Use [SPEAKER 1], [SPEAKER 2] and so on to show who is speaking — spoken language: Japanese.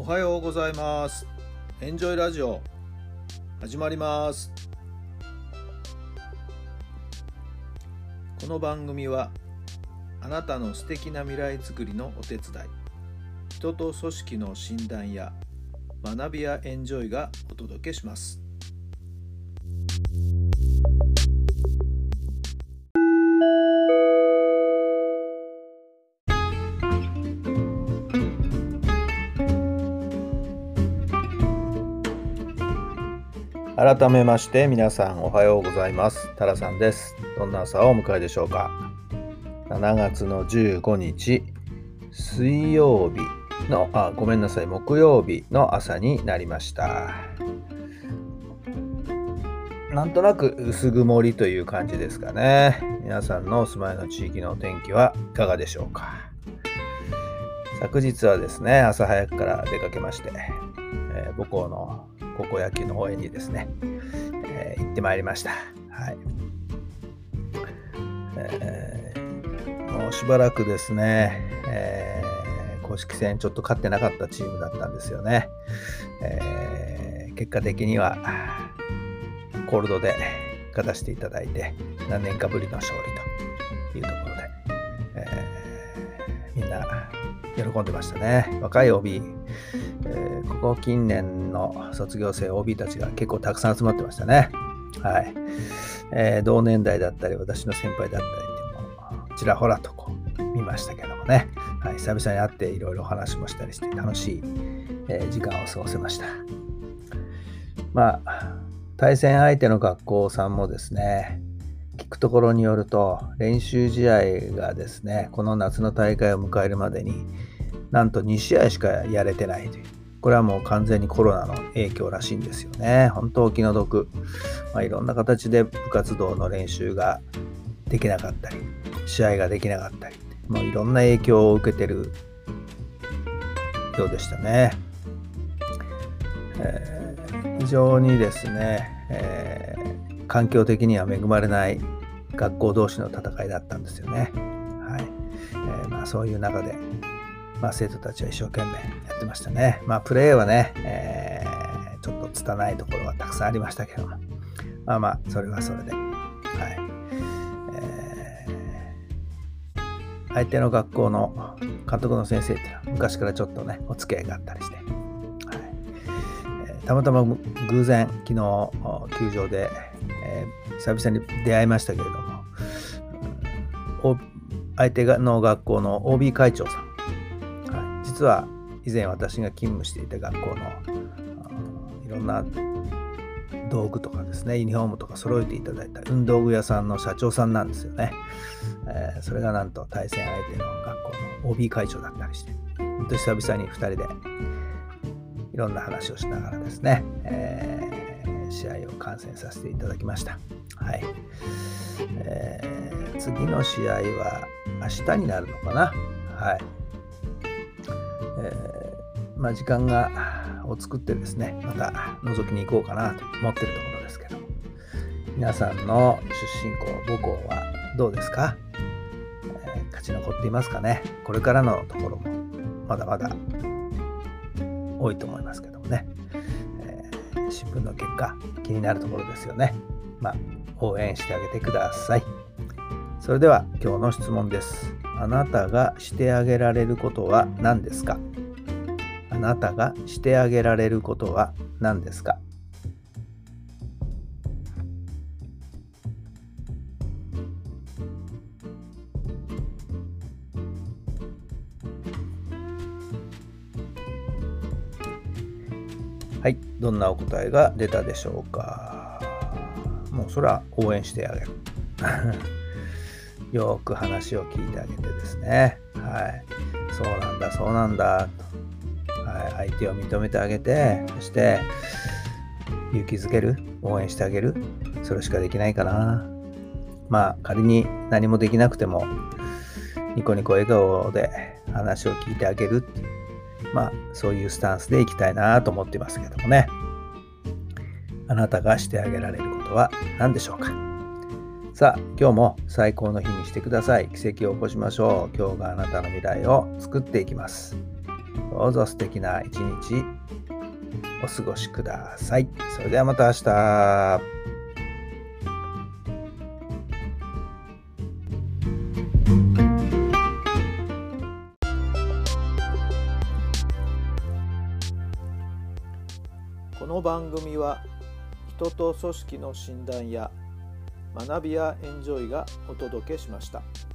[SPEAKER 1] おはようございます。エンジョイラジオ始まります。この番組はあなたの素敵な未来づくりのお手伝い、人と組織の診断や学びやエンジョイがお届けします。改めまして皆さんおはようございます。タラさんです。どんな朝をお迎えでしょうか。7月の15日水曜日の木曜日の朝になりました。なんとなく薄曇りという感じですかね。皆さんのお住まいの地域のお天気はいかがでしょうか。昨日はですね、朝早くから出かけまして、母校の高校野球の応援にですね、行ってまいりました。はい。もうしばらくですね、公式戦ちょっと勝ってなかったチームだったんですよね。結果的にはコールドで勝たせていただいて、何年かぶりの勝利というところで、みんな喜んでましたね。若い OB、ここ近年の卒業生 OB たちが結構たくさん集まってましたね。はい。同年代だったり私の先輩だったりっていうのをちらほらと見ましたけどもね、はい、久々に会っていろいろお話もしたりして楽しい、時間を過ごせました。まあ対戦相手の学校さんもですね、聞くところによると練習試合がですね、この夏の大会を迎えるまでになんと2試合しかやれてないという、これはもう完全にコロナの影響らしいんですよね。本当気の毒。いろんな形で部活動の練習ができなかったり、試合ができなかったり、もういろんな影響を受けてるようでしたね。非常にですね、環境的には恵まれない学校同士の戦いだったんですよね。はい。そういう中で、生徒たちは一生懸命やってましたね。プレーはね、ちょっと拙いところはたくさんありましたけども、それはそれで、はい。相手の学校の監督の先生っていうのは昔からちょっとねお付き合いがあったりして、はい。たまたま偶然昨日球場で、久々に出会いましたけれども、相手の学校の OB 会長さん、実は以前私が勤務していた学校のいろんな道具とかですね、ユニフォームとか揃えていただいた運動具屋さんの社長さんなんですよね。それがなんと対戦相手の学校の OB 会長だったりして、本当に久々に2人でいろんな話をしながらですね、試合を観戦させていただきました。はい。次の試合は明日になるのかな。はい。時間を作ってですね、また覗きに行こうかなと思っているところですけども、皆さんの出身校、母校はどうですか？勝ち残っていますかね。これからのところもまだまだ多いと思いますけどもね、新聞の結果気になるところですよね。応援してあげてください。それでは今日の質問です。あなたがしてあげられることは何ですか？あなたがしてあげられることは何ですか？はい、どんなお答えが出たでしょうか。もうそれは応援してあげる。よく話を聞いてあげてですね。はい、そうなんだと、はい、相手を認めてあげて、そして勇気づける、応援してあげる、それしかできないかな。仮に何もできなくてもニコニコ笑顔で話を聞いてあげる、そういうスタンスでいきたいなと思っていますけどもね。あなたがしてあげられることは何でしょうか。さあ、今日も最高の日にしてください。奇跡を起こしましょう。今日があなたの未来を作っていきます。 どうぞ素敵な一日お過ごしください。それではまた明日。この番組は人と組織の診断や学びやエンジョイがお届けしました。